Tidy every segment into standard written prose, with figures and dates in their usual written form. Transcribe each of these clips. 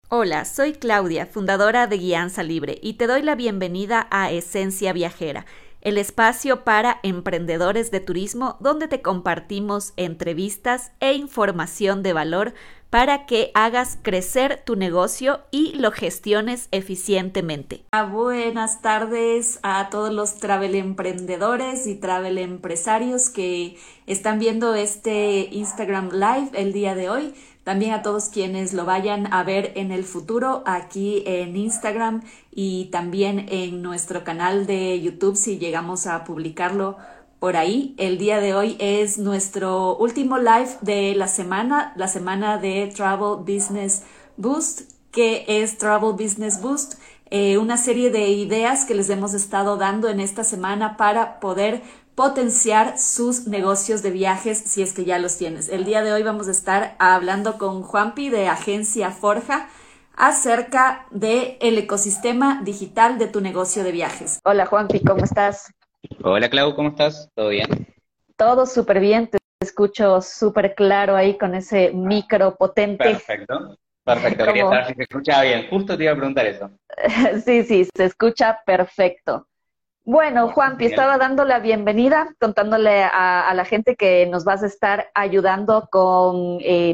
Hola, soy Claudia, fundadora de Guianza Libre, y te doy la bienvenida a Esencia Viajera, el espacio para emprendedores de turismo donde te compartimos entrevistas e información de valor para que hagas crecer tu negocio y lo gestiones eficientemente. Buenas tardes a todos los travel emprendedores y travel empresarios que están viendo este Instagram Live el día de hoy. También a todos quienes lo vayan a ver en el futuro aquí en Instagram y también en nuestro canal de YouTube si llegamos a publicarlo por ahí. El día de hoy es nuestro último live de la semana de Travel Business Boost. ¿Qué es Travel Business Boost? Una serie de ideas que les hemos estado dando en esta semana para poder potenciar sus negocios de viajes si es que ya los tienes. El día de hoy vamos a estar hablando con Juanpi de Agencia Forja acerca del ecosistema digital de tu negocio de viajes. Hola Juanpi, ¿cómo estás? Hola Clau, ¿cómo estás? ¿Todo bien? Todo súper bien, te escucho súper claro ahí con ese micro potente. Perfecto, perfecto, quería Como, saber si se escuchaba bien. Justo te iba a preguntar eso. sí, sí, se escucha perfecto. Bueno, Bueno, Juanpi, genial. estaba dando la bienvenida, contándole a la gente que nos vas a estar ayudando con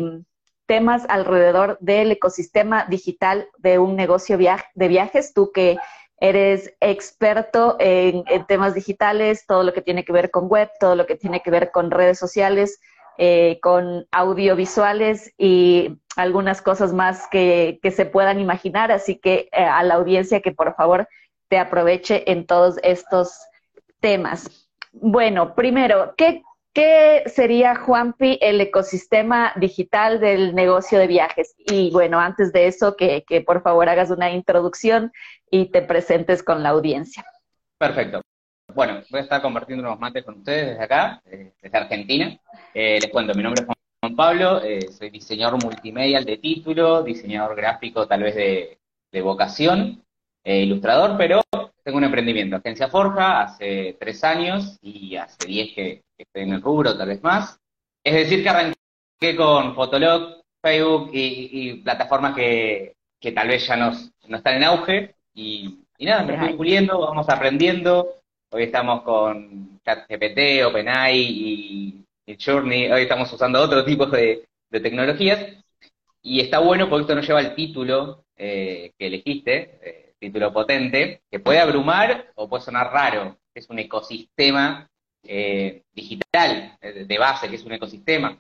temas alrededor del ecosistema digital de un negocio de viajes. Tú que eres experto en temas digitales, todo lo que tiene que ver con web, todo lo que tiene que ver con redes sociales, con audiovisuales y algunas cosas más que se puedan imaginar. Así que a la audiencia que por favor te aproveche en todos estos temas. Bueno, primero, ¿qué sería, Juanpi, el ecosistema digital del negocio de viajes? Y bueno, antes de eso, que por favor hagas una introducción y te presentes con la audiencia. Perfecto. Bueno, voy a estar compartiendo unos mates con ustedes desde acá, desde Argentina. Les cuento, mi nombre es Juan Pablo, soy diseñador multimedia de título, diseñador gráfico tal vez de vocación, ilustrador, pero tengo un emprendimiento, Agencia Forja, hace 3 años y hace 10 que estoy en el rubro, tal vez más. Es decir, que arranqué con Fotolog, Facebook y plataformas que tal vez ya no están en auge y nada, me fui Ay, puliendo, vamos aprendiendo. Hoy estamos con ChatGPT, OpenAI y Journey. Hoy estamos usando otro tipo de tecnologías. Y está bueno porque esto nos lleva al título que elegiste, título potente, que puede abrumar o puede sonar raro. Es un ecosistema digital de base, que es un ecosistema.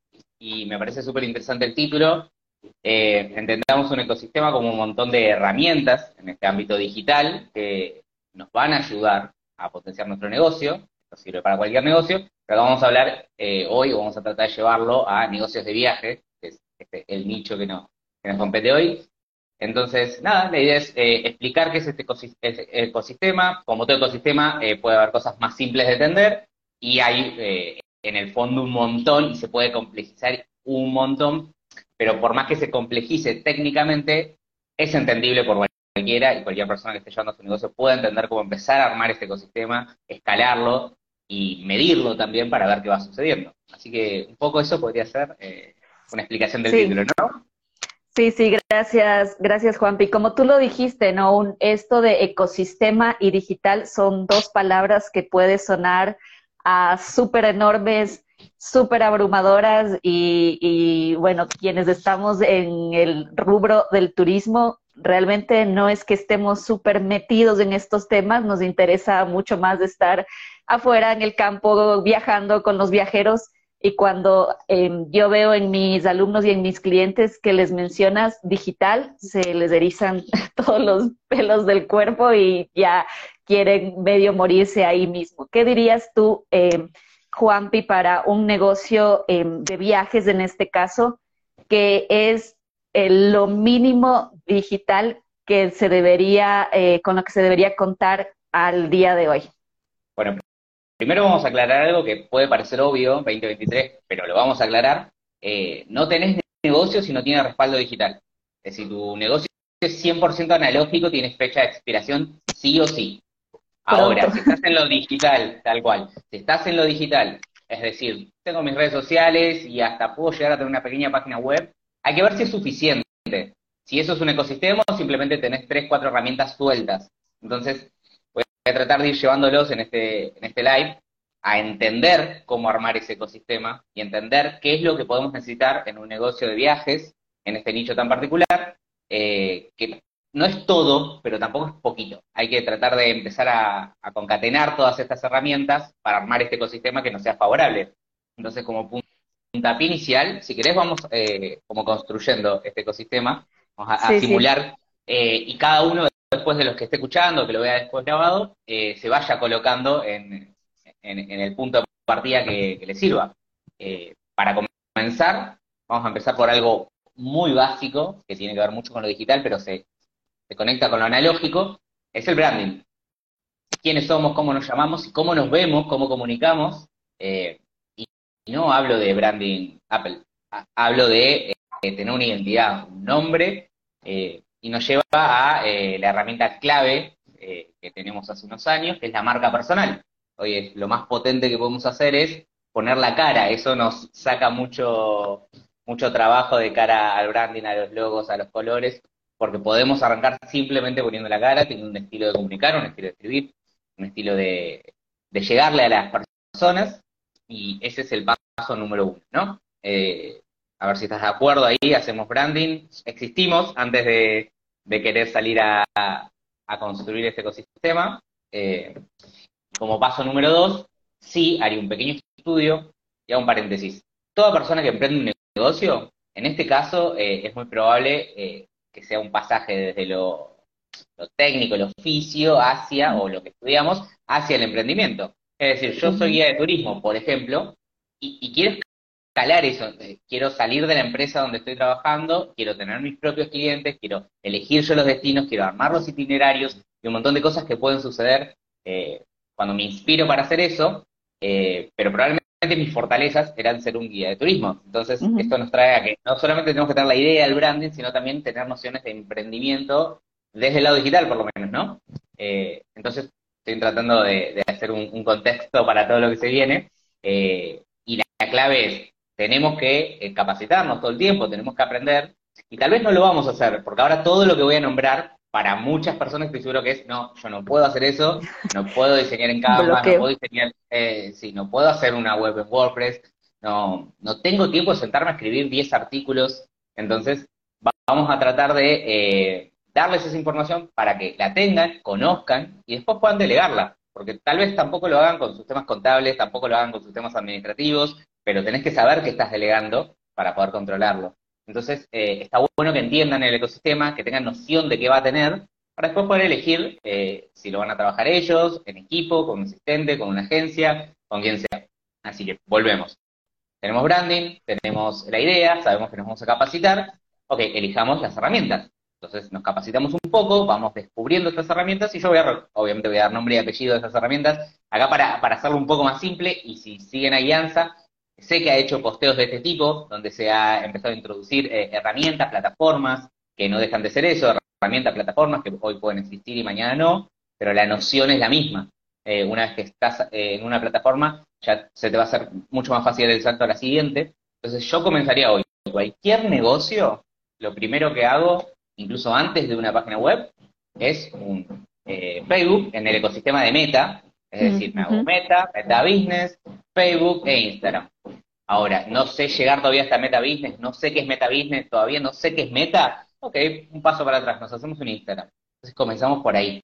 Y me parece súper interesante el título. Entendamos un ecosistema como un montón de herramientas en este ámbito digital que nos van a ayudar a potenciar nuestro negocio. Esto sirve para cualquier negocio, pero vamos a hablar hoy, o vamos a tratar de llevarlo a negocios de viaje, que es el nicho que nos compete hoy. Entonces, nada, la idea es explicar qué es este ecosistema. Como todo ecosistema, puede haber cosas más simples de entender y hay en el fondo un montón y se puede complejizar un montón, pero por más que se complejice técnicamente, es entendible por cualquiera y cualquier persona que esté llevando su negocio puede entender cómo empezar a armar este ecosistema, escalarlo y medirlo también para ver qué va sucediendo. Así que un poco eso podría ser una explicación del sí, título, ¿no? sí, sí, gracias, gracias Juanpi. Como tú lo dijiste, ¿no? Esto de ecosistema y digital son dos palabras que puede sonar a súper enormes, súper abrumadoras y bueno, quienes estamos en el rubro del turismo, realmente no es que estemos súper metidos en estos temas, nos interesa mucho más estar afuera en el campo viajando con los viajeros y cuando yo veo en mis alumnos y en mis clientes que les mencionas digital, se les erizan todos los pelos del cuerpo y ya quieren medio morirse ahí mismo. ¿Qué dirías tú, Juanpi, para un negocio de viajes en este caso, que es lo mínimo digital que se debería, con lo que se debería contar al día de hoy? Bueno, primero vamos a aclarar algo que puede parecer obvio, 2023, pero lo vamos a aclarar. No tenés negocio si no tiene respaldo digital. Es decir, tu negocio es 100% analógico, tienes fecha de expiración sí o sí. Pronto. Ahora, si estás en lo digital, tal cual, si estás en lo digital, es decir, tengo mis redes sociales y hasta puedo llegar a tener una pequeña página web, hay que ver si es suficiente. Si eso es un ecosistema, simplemente tenés 3, 4 herramientas sueltas. Entonces, voy a tratar de ir llevándolos en este live a entender cómo armar ese ecosistema y entender qué es lo que podemos necesitar en un negocio de viajes, en este nicho tan particular, que no es todo, pero tampoco es poquito. Hay que tratar de empezar a concatenar todas estas herramientas para armar este ecosistema que nos sea favorable. Entonces, como puntapié inicial, si querés, vamos como construyendo este ecosistema, vamos a Sí, sí. simular, y cada uno después de los que esté escuchando, que lo vea después grabado, se vaya colocando en el punto de partida que le sirva. Para comenzar, vamos a empezar por algo muy básico, que tiene que ver mucho con lo digital, pero se conecta con lo analógico, es el branding. Quiénes somos, cómo nos llamamos y cómo nos vemos, cómo comunicamos. Y no hablo de branding Apple, hablo de tener una identidad, un nombre, y nos lleva a la herramienta clave que tenemos hace unos años, que es la marca personal. Hoy lo más potente que podemos hacer es poner la cara, eso nos saca mucho trabajo de cara al branding, a los logos, a los colores, porque podemos arrancar simplemente poniendo la cara, teniendo un estilo de comunicar, un estilo de escribir, un estilo de llegarle a las personas, y ese es el paso número uno, ¿no? A ver si estás de acuerdo ahí, hacemos branding, existimos antes de querer salir a construir este ecosistema. Como paso número dos, sí haría un pequeño estudio y hago un paréntesis. Toda persona que emprende un negocio, en este caso, es muy probable que sea un pasaje desde lo técnico, el oficio, hacia, o lo que estudiamos, hacia el emprendimiento. Es decir, yo soy Ujú. guía de turismo, por ejemplo, y quiero escalar eso, quiero salir de la empresa donde estoy trabajando, quiero tener mis propios clientes, quiero elegir yo los destinos, quiero armar los itinerarios y un montón de cosas que pueden suceder cuando me inspiro para hacer eso, pero probablemente mis fortalezas eran ser un guía de turismo. Entonces, Ujú. esto nos trae a que no solamente tenemos que tener la idea del branding, sino también tener nociones de emprendimiento desde el lado digital, por lo menos, ¿no? Entonces, estoy tratando de hacer un contexto para todo lo que se viene, y la clave es, tenemos que capacitarnos todo el tiempo, tenemos que aprender, y tal vez no lo vamos a hacer, porque ahora todo lo que voy a nombrar, para muchas personas estoy seguro que es, no, yo no puedo hacer eso, no puedo diseñar en Canva, no Bloqueo. puedo diseñar, sí, no puedo hacer una web en WordPress, no tengo tiempo de sentarme a escribir 10 artículos, entonces vamos a tratar de darles esa información para que la tengan, conozcan y después puedan delegarla, porque tal vez tampoco lo hagan con sus temas contables, tampoco lo hagan con sus temas administrativos, pero tenés que saber que estás delegando para poder controlarlo. Entonces, está bueno que entiendan el ecosistema, que tengan noción de qué va a tener, para después poder elegir si lo van a trabajar ellos, en equipo, con un asistente, con una agencia, con quien sea. Así que volvemos. Tenemos branding, tenemos la idea, sabemos que nos vamos a capacitar. Ok, elijamos las herramientas. Entonces nos capacitamos un poco, vamos descubriendo estas herramientas y yo obviamente voy a dar nombre y apellido de esas herramientas. Acá para hacerlo un poco más simple, y si siguen a Guianza, sé que ha hecho posteos de este tipo, donde se ha empezado a introducir herramientas, plataformas, que no dejan de ser eso, herramientas, plataformas que hoy pueden existir y mañana no, pero la noción es la misma. Una vez que estás en una plataforma, ya se te va a hacer mucho más fácil el salto a la siguiente. Entonces yo comenzaría hoy. Cualquier negocio, lo primero que hago, incluso antes de una página web, es un Facebook en el ecosistema de Meta. Es decir, me hago Ujú. Meta Business, Facebook e Instagram. Ahora, no sé llegar todavía hasta Meta Business, no sé qué es Meta Business todavía, no sé qué es Meta. Ok, un paso para atrás, nos hacemos un Instagram. Entonces comenzamos por ahí.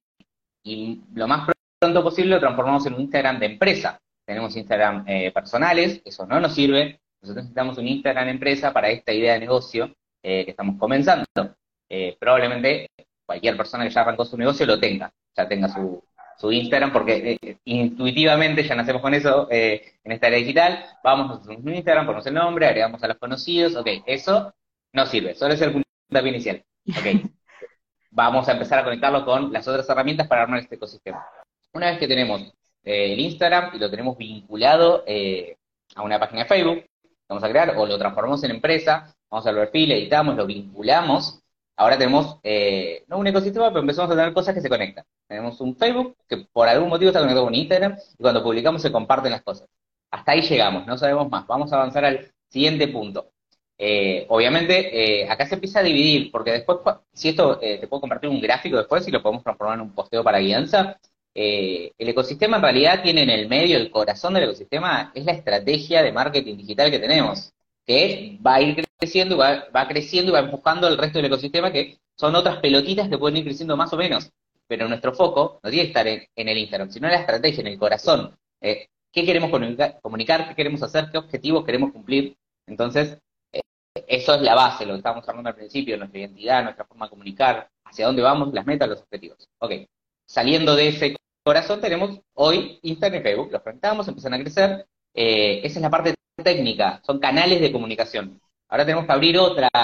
Y lo más pronto posible lo transformamos en un Instagram de empresa. Tenemos Instagram personales, eso no nos sirve. Nosotros necesitamos un Instagram empresa para esta idea de negocio que estamos comenzando. Probablemente cualquier persona que ya arrancó su negocio lo tenga, ya tenga su Instagram, porque intuitivamente ya nacemos con eso en esta era digital. Vamos, nos hacemos un Instagram, ponemos el nombre, agregamos a los conocidos. Ok, eso no sirve, solo es el punto inicial. Ok, vamos a empezar a conectarlo con las otras herramientas para armar este ecosistema. Una vez que tenemos el Instagram y lo tenemos vinculado a una página de Facebook, vamos a crear o lo transformamos en empresa, vamos al perfil, editamos, lo vinculamos. Ahora tenemos, no un ecosistema, pero empezamos a tener cosas que se conectan. Tenemos un Facebook que por algún motivo está conectado con Instagram y cuando publicamos se comparten las cosas. Hasta ahí llegamos, no sabemos más. Vamos a avanzar al siguiente punto. Obviamente, acá se empieza a dividir, porque después, si esto te puedo compartir un gráfico después y lo podemos transformar en un posteo para guianza. El ecosistema en realidad tiene en el medio, el corazón del ecosistema es la estrategia de marketing digital que tenemos, que va a ir creciendo, va creciendo y va empujando el resto del ecosistema, que son otras pelotitas que pueden ir creciendo más o menos. Pero nuestro foco no tiene que estar en el Instagram, sino en la estrategia, en el corazón. ¿Qué queremos comunicar? ¿Qué queremos hacer? ¿Qué objetivos queremos cumplir? Entonces, eso es la base, lo que estábamos hablando al principio, nuestra identidad, nuestra forma de comunicar, hacia dónde vamos, las metas, los objetivos. Ok, saliendo de ese corazón tenemos hoy Instagram y Facebook, los conectamos, empiezan a crecer, esa es la parte técnica, son canales de comunicación. Ahora tenemos que abrir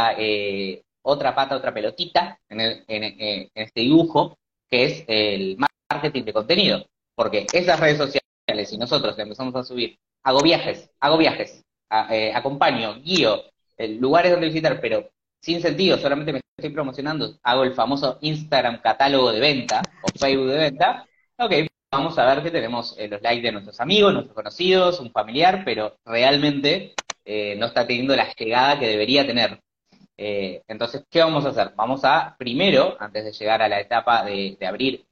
otra pata, otra pelotita en este dibujo, que es el marketing de contenido, porque esas redes sociales, si nosotros le empezamos a subir, hago viajes, acompaño, guío, lugares donde visitar, pero sin sentido, solamente me estoy promocionando, hago el famoso Instagram catálogo de venta o Facebook de venta, ok, vamos a ver que tenemos los likes de nuestros amigos, nuestros conocidos, un familiar, pero realmente no está teniendo la llegada que debería tener. Entonces, ¿qué vamos a hacer? Vamos a, primero, antes de llegar a la etapa de abrir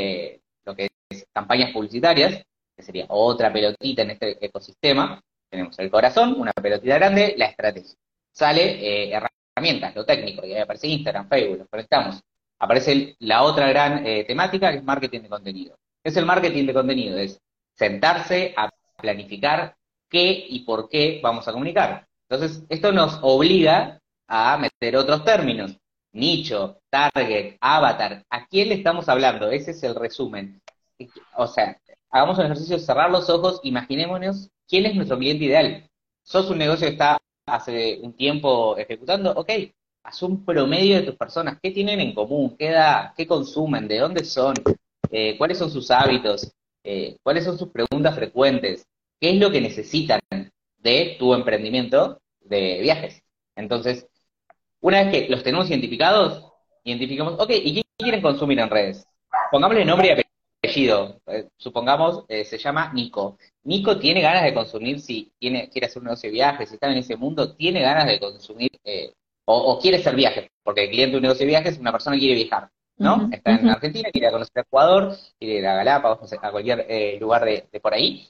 lo que es campañas publicitarias, que sería otra pelotita en este ecosistema, tenemos el corazón, una pelotita grande, la estrategia. Sale herramientas, lo técnico, y ahí aparece Instagram, Facebook, los conectamos. Aparece la otra gran temática, que es marketing de contenido. ¿Qué es el marketing de contenido? Es sentarse a planificar qué y por qué vamos a comunicar. Entonces, esto nos obliga a meter otros términos. Nicho, target, avatar. ¿A quién le estamos hablando? Ese es el resumen. O sea, hagamos un ejercicio de cerrar los ojos, imaginémonos quién es nuestro cliente ideal. ¿Sos un negocio que está hace un tiempo ejecutando? Ok, haz un promedio de tus personas. ¿Qué tienen en común? ¿Qué edad? ¿Qué consumen? ¿De dónde son? ¿Cuáles son sus hábitos? ¿Cuáles son sus preguntas frecuentes? ¿Qué es lo que necesitan de tu emprendimiento de viajes? Entonces, una vez que los tenemos identificados, identificamos, ok, ¿y qué quieren consumir en redes? Pongámosle nombre y apellido. Supongamos, se llama Nico. Nico tiene ganas de consumir, si quiere hacer un negocio de viajes, si está en ese mundo, tiene ganas de consumir, o quiere hacer viajes, porque el cliente de un negocio de viajes es una persona que quiere viajar, ¿no? Está en Argentina, quiere conocer Ecuador, quiere ir a Galápagos, no sé, a cualquier lugar de por ahí,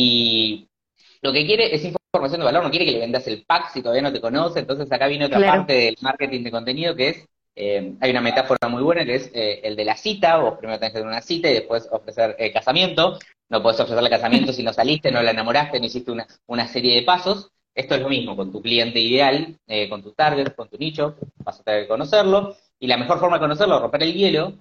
y lo que quiere es información de valor, no quiere que le vendas el pack si todavía no te conoce. Entonces acá viene otra parte del marketing de contenido, que es, hay una metáfora muy buena, que es el de la cita. Vos primero tenés que tener una cita y después ofrecer casamiento. No podés ofrecerle casamiento si no saliste, no la enamoraste, no hiciste una serie de pasos. Esto es lo mismo con tu cliente ideal, con tu target, con tu nicho, vas a tener que conocerlo. Y la mejor forma de conocerlo, romper el hielo,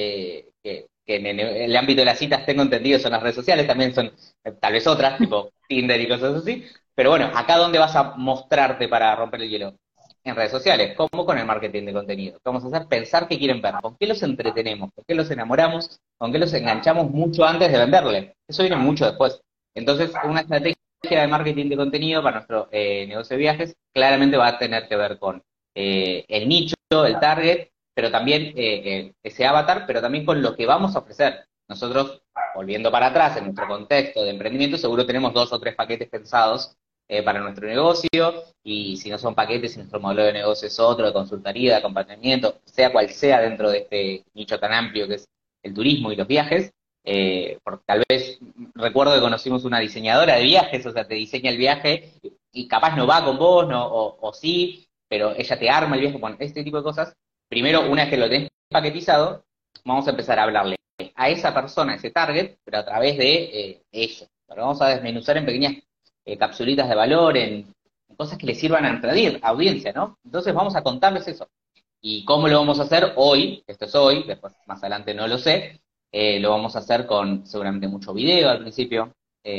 que en el ámbito de las citas tengo entendido son las redes sociales, también son tal vez otras, tipo Tinder y cosas así, pero bueno, acá dónde vas a mostrarte para romper el hielo, en redes sociales, como con el marketing de contenido. ¿Qué vamos a hacer? Pensar qué quieren ver, con qué los entretenemos, con qué los enamoramos, con qué los enganchamos mucho antes de venderle. Eso viene mucho después. Entonces, una estrategia de marketing de contenido para nuestro negocio de viajes claramente va a tener que ver con el nicho, el target, pero también ese avatar, pero también con lo que vamos a ofrecer. Nosotros, volviendo para atrás, en nuestro contexto de emprendimiento, seguro tenemos 2 o 3 paquetes pensados para nuestro negocio, y si no son paquetes, si nuestro modelo de negocio es otro, de consultoría, de acompañamiento, sea cual sea dentro de este nicho tan amplio que es el turismo y los viajes, porque tal vez recuerdo que conocimos una diseñadora de viajes, o sea, te diseña el viaje y capaz no va con vos, no, o sí, pero ella te arma el viaje, bueno, este tipo de cosas. Primero, una vez que lo tenés paquetizado, vamos a empezar a hablarle a esa persona, a ese target, pero a través de eso. Lo vamos a desmenuzar en pequeñas capsulitas de valor, en cosas que le sirvan a nuestra audiencia, ¿no? Entonces vamos a contarles eso. ¿Y cómo lo vamos a hacer hoy? Esto es hoy, después más adelante no lo sé. Lo vamos a hacer con seguramente mucho video al principio,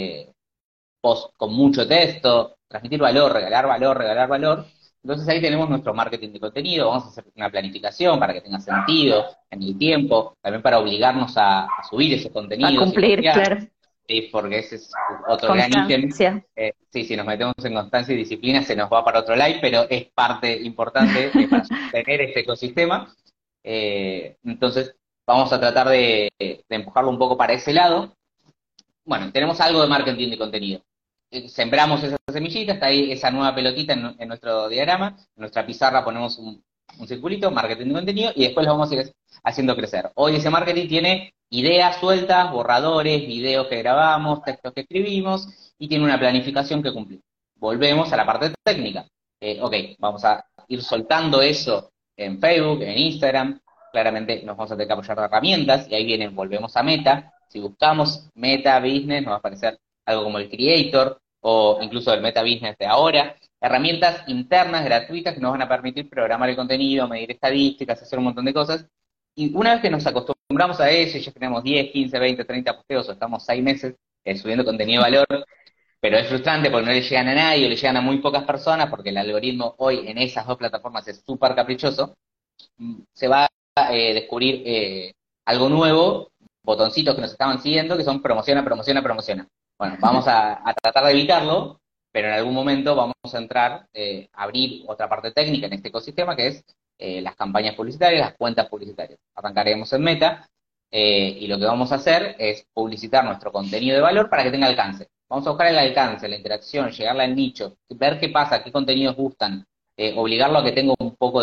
post con mucho texto, transmitir valor, regalar valor, regalar valor. Entonces ahí tenemos nuestro marketing de contenido, vamos a hacer una planificación para que tenga sentido en el tiempo, también para obligarnos a subir ese contenido. A cumplir, claro. Sí, porque ese es otro gran ítem. Sí, si nos metemos en constancia y disciplina se nos va para otro lado, pero es parte importante para sostener este ecosistema. Entonces vamos a tratar de empujarlo un poco para ese lado. Bueno, tenemos algo de marketing de contenido. Sembramos esa semillita, está ahí esa nueva pelotita en nuestro diagrama, en nuestra pizarra ponemos un circulito, marketing de contenido, y después lo vamos a ir haciendo crecer. Hoy ese marketing tiene ideas sueltas, borradores, videos que grabamos, textos que escribimos, y tiene una planificación que cumplir. Volvemos a la parte técnica. Ok, vamos a ir soltando eso en Facebook, en Instagram, claramente nos vamos a tener que apoyar de herramientas, y ahí vienen, volvemos a Meta. Si buscamos Meta Business, nos va a aparecer algo como el Creator, o incluso el Meta Business de ahora, herramientas internas gratuitas que nos van a permitir programar el contenido, medir estadísticas, hacer un montón de cosas. Y una vez que nos acostumbramos a eso, y ya tenemos 10, 15, 20, 30 posteos, o estamos 6 meses subiendo contenido de valor, pero es frustrante porque no le llegan a nadie, o le llegan a muy pocas personas, porque el algoritmo hoy en esas dos plataformas es súper caprichoso. Se va a descubrir algo nuevo, botoncitos que nos estaban siguiendo, que son promociona, promociona, promociona. Bueno, vamos a tratar de evitarlo, pero en algún momento vamos a entrar, a abrir otra parte técnica en este ecosistema, que es las campañas publicitarias, las cuentas publicitarias. Arrancaremos en Meta, y lo que vamos a hacer es publicitar nuestro contenido de valor para que tenga alcance. Vamos a buscar el alcance, la interacción, llegarle al nicho, ver qué pasa, qué contenidos gustan, obligarlo a que tenga un poco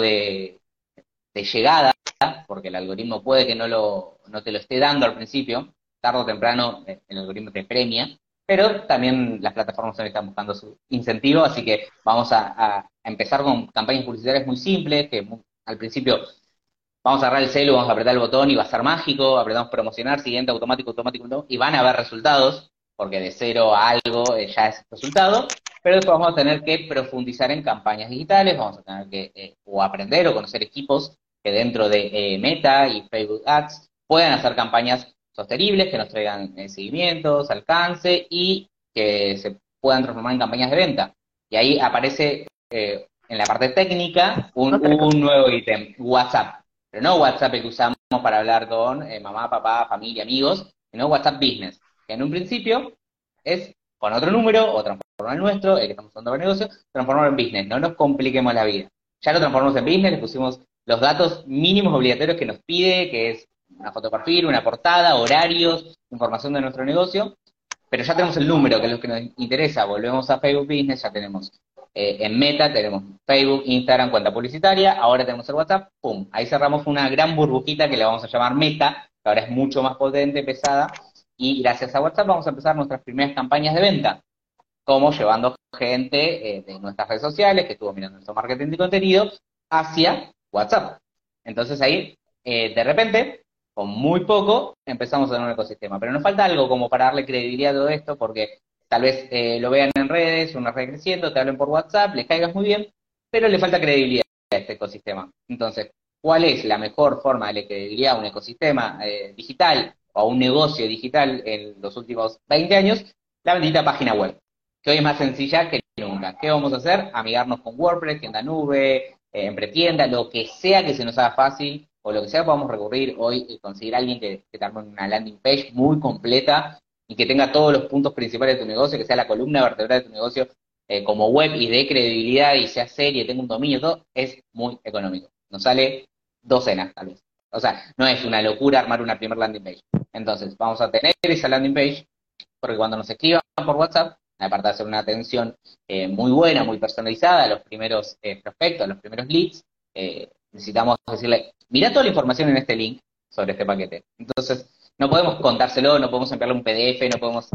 de llegada, porque el algoritmo puede que no te lo esté dando al principio, tarde o temprano el algoritmo te premia, pero también las plataformas están buscando su incentivo, así que vamos a empezar con campañas publicitarias muy simples, que al principio vamos a agarrar el celu, vamos a apretar el botón y va a ser mágico, apretamos promocionar, siguiente, automático, automático, automático, y van a haber resultados, porque de cero a algo ya es resultado, pero después vamos a tener que profundizar en campañas digitales, vamos a tener que o aprender o conocer equipos que dentro de Meta y Facebook Ads puedan hacer campañas sostenibles, que nos traigan seguimientos, alcance y que se puedan transformar en campañas de venta. Y ahí aparece en la parte técnica un nuevo ítem, WhatsApp. Pero no WhatsApp el que usamos para hablar con mamá, papá, familia, amigos, sino WhatsApp Business, que en un principio es con otro número o transformar el nuestro, el que estamos usando para negocio, transformarlo en business. No nos compliquemos la vida. Ya lo transformamos en business, le pusimos los datos mínimos obligatorios que nos pide, que es una foto de perfil, una portada, horarios, información de nuestro negocio, pero ya tenemos el número, que es lo que nos interesa. Volvemos a Facebook Business, ya tenemos en Meta, tenemos Facebook, Instagram, cuenta publicitaria, ahora tenemos el WhatsApp, ¡pum! Ahí cerramos una gran burbujita que le vamos a llamar Meta, que ahora es mucho más potente, pesada, y gracias a WhatsApp vamos a empezar nuestras primeras campañas de venta, como llevando gente de nuestras redes sociales, que estuvo mirando nuestro marketing de contenido, hacia WhatsApp. Entonces ahí, de repente, con muy poco, empezamos a tener un ecosistema. Pero nos falta algo como para darle credibilidad a todo esto, porque tal vez lo vean en redes, una red creciendo, te hablen por WhatsApp, les caigas muy bien, pero le falta credibilidad a este ecosistema. Entonces, ¿cuál es la mejor forma de darle credibilidad a un ecosistema digital o a un negocio digital en los últimos 20 años? La bendita página web, que hoy es más sencilla que nunca. ¿Qué vamos a hacer? Amigarnos con WordPress, tienda nube, empretienda, lo que sea que se nos haga fácil, o lo que sea podamos recurrir hoy y conseguir a alguien que te arme una landing page muy completa y que tenga todos los puntos principales de tu negocio, que sea la columna vertebral de tu negocio como web y dé credibilidad y sea serie, tenga un dominio, todo, es muy económico. Nos sale docenas, tal vez. O sea, no es una locura armar una primer landing page. Entonces, vamos a tener esa landing page, porque cuando nos escriban por WhatsApp, aparte de hacer una atención muy buena, muy personalizada a los primeros prospectos, a los primeros leads, necesitamos decirle, mira toda la información en este link sobre este paquete. Entonces, no podemos contárselo, no podemos enviarle un PDF, no podemos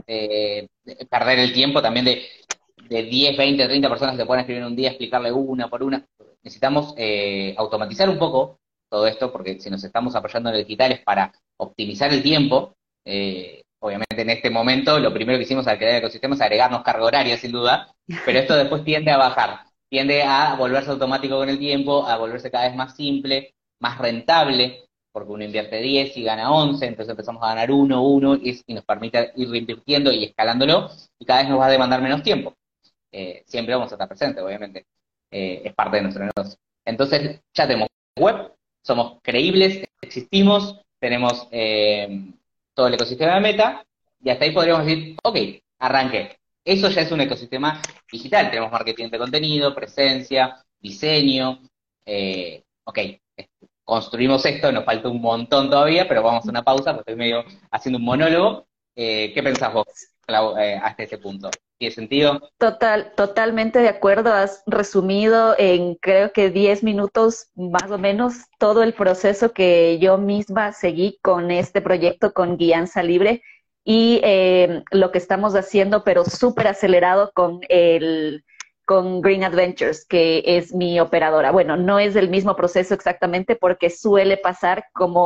perder el tiempo también de 10, 20, 30 personas que te puedan escribir en un día, explicarle una por una. Necesitamos automatizar un poco todo esto, porque si nos estamos apoyando en lo digital es para optimizar el tiempo. Obviamente en este momento lo primero que hicimos al crear el ecosistema es agregarnos carga horaria, sin duda, pero esto después tiende a bajar, tiende a volverse automático con el tiempo, a volverse cada vez más simple, más rentable, porque uno invierte 10 y gana 11, entonces empezamos a ganar 1 y nos permite ir reinvirtiendo y escalándolo, y cada vez nos va a demandar menos tiempo. Siempre vamos a estar presentes, obviamente, es parte de nuestro negocio. Entonces ya tenemos web, somos creíbles, existimos, tenemos todo el ecosistema de Meta, y hasta ahí podríamos decir, ok, arranqué. Eso ya es un ecosistema digital, tenemos marketing de contenido, presencia, diseño, ok, construimos esto, nos falta un montón todavía, pero vamos a una pausa, porque estoy medio haciendo un monólogo. ¿Qué pensás vos, Clau, hasta ese punto? ¿Tiene sentido? Totalmente de acuerdo. Has resumido en creo que 10 minutos más o menos todo el proceso que yo misma seguí con este proyecto con Guianza Libre y lo que estamos haciendo, pero súper acelerado con Green Adventures, que es mi operadora. Bueno, no es el mismo proceso exactamente porque suele pasar como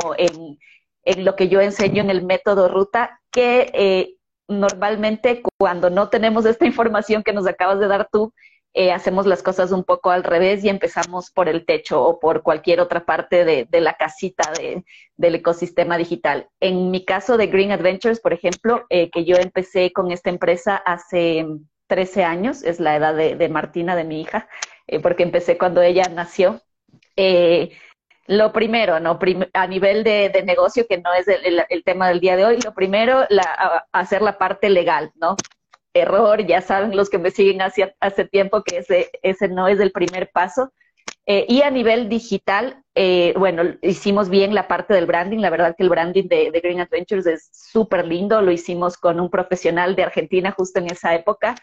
en lo que yo enseño en el método ruta, que normalmente cuando no tenemos esta información que nos acabas de dar tú, hacemos las cosas un poco al revés y empezamos por el techo o por cualquier otra parte de la casita del ecosistema digital. En mi caso de Green Adventures, por ejemplo, que yo empecé con esta empresa hace 13 años, es la edad de Martina, de mi hija, porque empecé cuando ella nació. Eh, lo primero, ¿no? A nivel de negocio, que no es el tema del día de hoy, lo primero, hacer la parte legal, ¿no? Error, ya saben los que me siguen hace tiempo que ese no es el primer paso. Y a nivel digital, bueno, hicimos bien la parte del branding. La verdad que el branding de Green Adventures es súper lindo. Lo hicimos con un profesional de Argentina justo en esa época.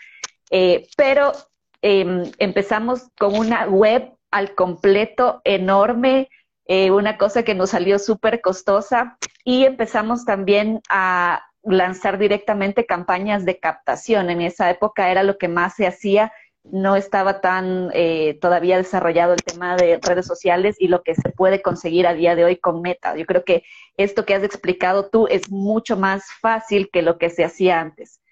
Pero empezamos con una web al completo enorme, una cosa que nos salió súper costosa y empezamos también a lanzar directamente campañas de captación. En esa época era lo que más se hacía, no estaba tan todavía desarrollado el tema de redes sociales y lo que se puede conseguir a día de hoy con Meta. Yo creo que esto que has explicado tú es mucho más fácil que lo que se hacía antes.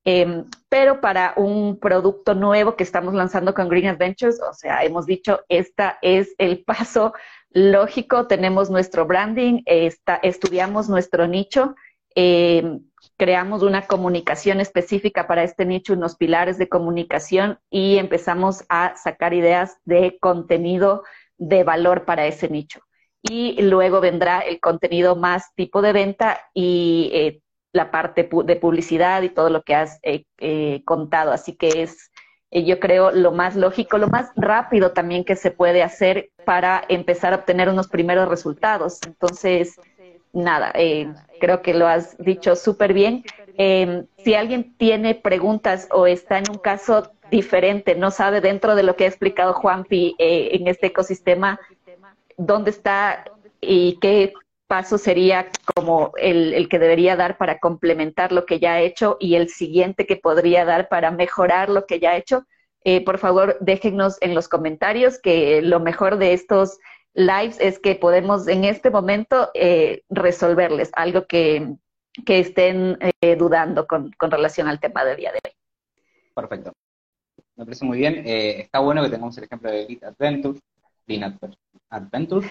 Pero para un producto nuevo que estamos lanzando con Green Adventures, o sea, hemos dicho, esta es el paso lógico, tenemos nuestro branding, estudiamos nuestro nicho, eh, creamos una comunicación específica para este nicho, unos pilares de comunicación y empezamos a sacar ideas de contenido de valor para ese nicho. Y luego vendrá el contenido más tipo de venta y la parte de publicidad y todo lo que has contado. Así que es, yo creo, lo más lógico, lo más rápido también que se puede hacer para empezar a obtener unos primeros resultados. Entonces, nada, creo que lo has dicho súper bien. Si alguien tiene preguntas o está en un caso diferente, no sabe dentro de lo que ha explicado Juanpi en este ecosistema, dónde está y qué paso sería como el que debería dar para complementar lo que ya ha hecho y el siguiente que podría dar para mejorar lo que ya ha hecho, por favor déjennos en los comentarios, que lo mejor de estos lives es que podemos en este momento resolverles algo que estén dudando con relación al tema del día de hoy. Perfecto. Me parece muy bien. Está bueno que tengamos el ejemplo de Green Adventures.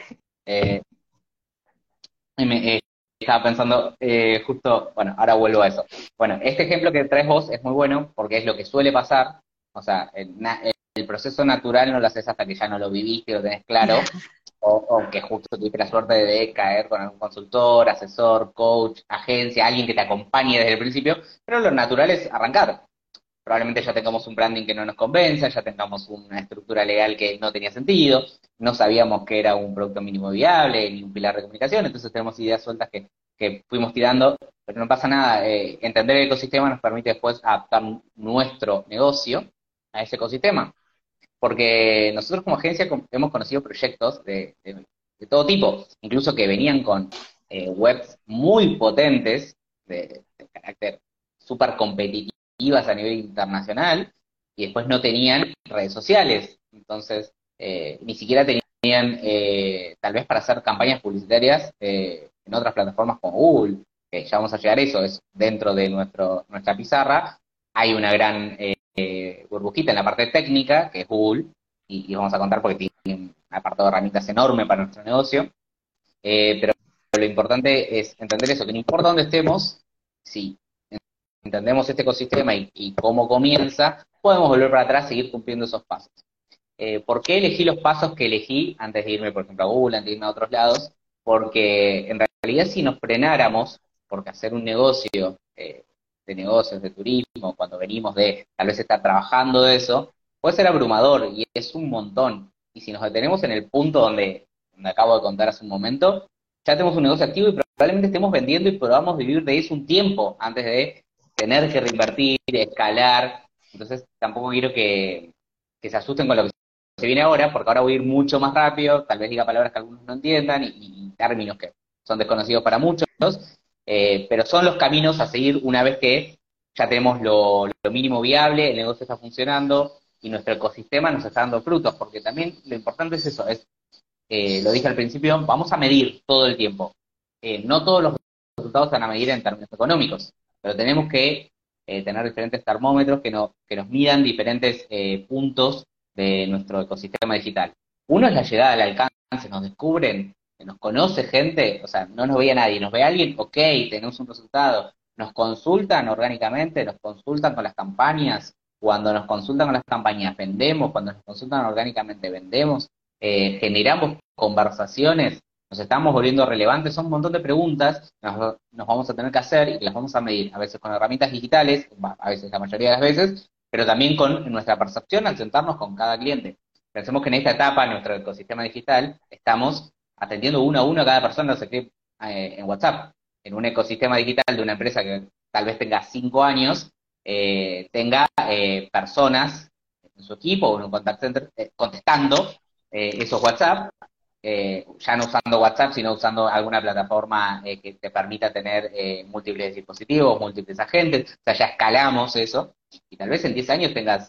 Estaba pensando justo, bueno, ahora vuelvo a eso. Bueno, este ejemplo que traes vos es muy bueno porque es lo que suele pasar. O sea, el proceso natural no lo haces hasta que ya no lo viviste, lo tenés claro, o que justo tuviste la suerte de caer con algún consultor, asesor, coach, agencia, alguien que te acompañe desde el principio, pero lo natural es arrancar. Probablemente ya tengamos un branding que no nos convence, ya tengamos una estructura legal que no tenía sentido, no sabíamos que era un producto mínimo viable, ni un pilar de comunicación, entonces tenemos ideas sueltas que fuimos tirando, pero no pasa nada. Entender el ecosistema nos permite después adaptar nuestro negocio a ese ecosistema, porque nosotros como agencia hemos conocido proyectos de todo tipo, incluso que venían con webs muy potentes, de carácter súper competitivo a nivel internacional y después no tenían redes sociales, entonces ni siquiera tenían tal vez para hacer campañas publicitarias en otras plataformas como Google, que ya vamos a llegar a eso, es dentro de nuestra pizarra, hay una gran burbujita en la parte técnica, que es Google, y vamos a contar porque tiene un apartado de herramientas enorme para nuestro negocio, pero lo importante es entender eso, que no importa dónde estemos, si entendemos este ecosistema y cómo comienza, podemos volver para atrás y seguir cumpliendo esos pasos. ¿Por qué elegí los pasos que elegí antes de irme, por ejemplo, a Google, antes de irme a otros lados? Porque en realidad si nos frenáramos, porque hacer un negocio de negocios, de turismo, cuando venimos de tal vez estar trabajando de eso, puede ser abrumador y es un montón. Y si nos detenemos en el punto donde acabo de contar hace un momento, ya tenemos un negocio activo y probablemente estemos vendiendo y podamos vivir de eso un tiempo antes de tener que reinvertir, escalar. Entonces tampoco quiero que se asusten con lo que se viene ahora, porque ahora voy a ir mucho más rápido, tal vez diga palabras que algunos no entiendan y términos que son desconocidos para muchos, pero son los caminos a seguir una vez que ya tenemos lo mínimo viable, el negocio está funcionando y nuestro ecosistema nos está dando frutos, porque también lo importante es eso, lo dije al principio, vamos a medir todo el tiempo. No todos los resultados se van a medir en términos económicos, pero tenemos que tener diferentes termómetros que nos midan diferentes puntos de nuestro ecosistema digital. Uno es la llegada al alcance, nos descubren, nos conoce gente, o sea, no nos veía nadie, nos ve alguien, ok, tenemos un resultado, nos consultan orgánicamente, nos consultan con las campañas, cuando nos consultan con las campañas vendemos, cuando nos consultan orgánicamente vendemos, generamos conversaciones, nos estamos volviendo relevantes, son un montón de preguntas, nos vamos a tener que hacer y que las vamos a medir, a veces con herramientas digitales, a veces la mayoría de las veces, pero también con nuestra percepción al sentarnos con cada cliente. Pensemos que en esta etapa, en nuestro ecosistema digital, estamos atendiendo uno a uno a cada persona que se escribe en WhatsApp. En un ecosistema digital de una empresa que tal vez tenga 5 años, tenga personas en su equipo o en un contact center contestando esos WhatsApp, ya no usando WhatsApp, sino usando alguna plataforma que te permita tener múltiples dispositivos, múltiples agentes, o sea, ya escalamos eso, y tal vez en 10 años tengas,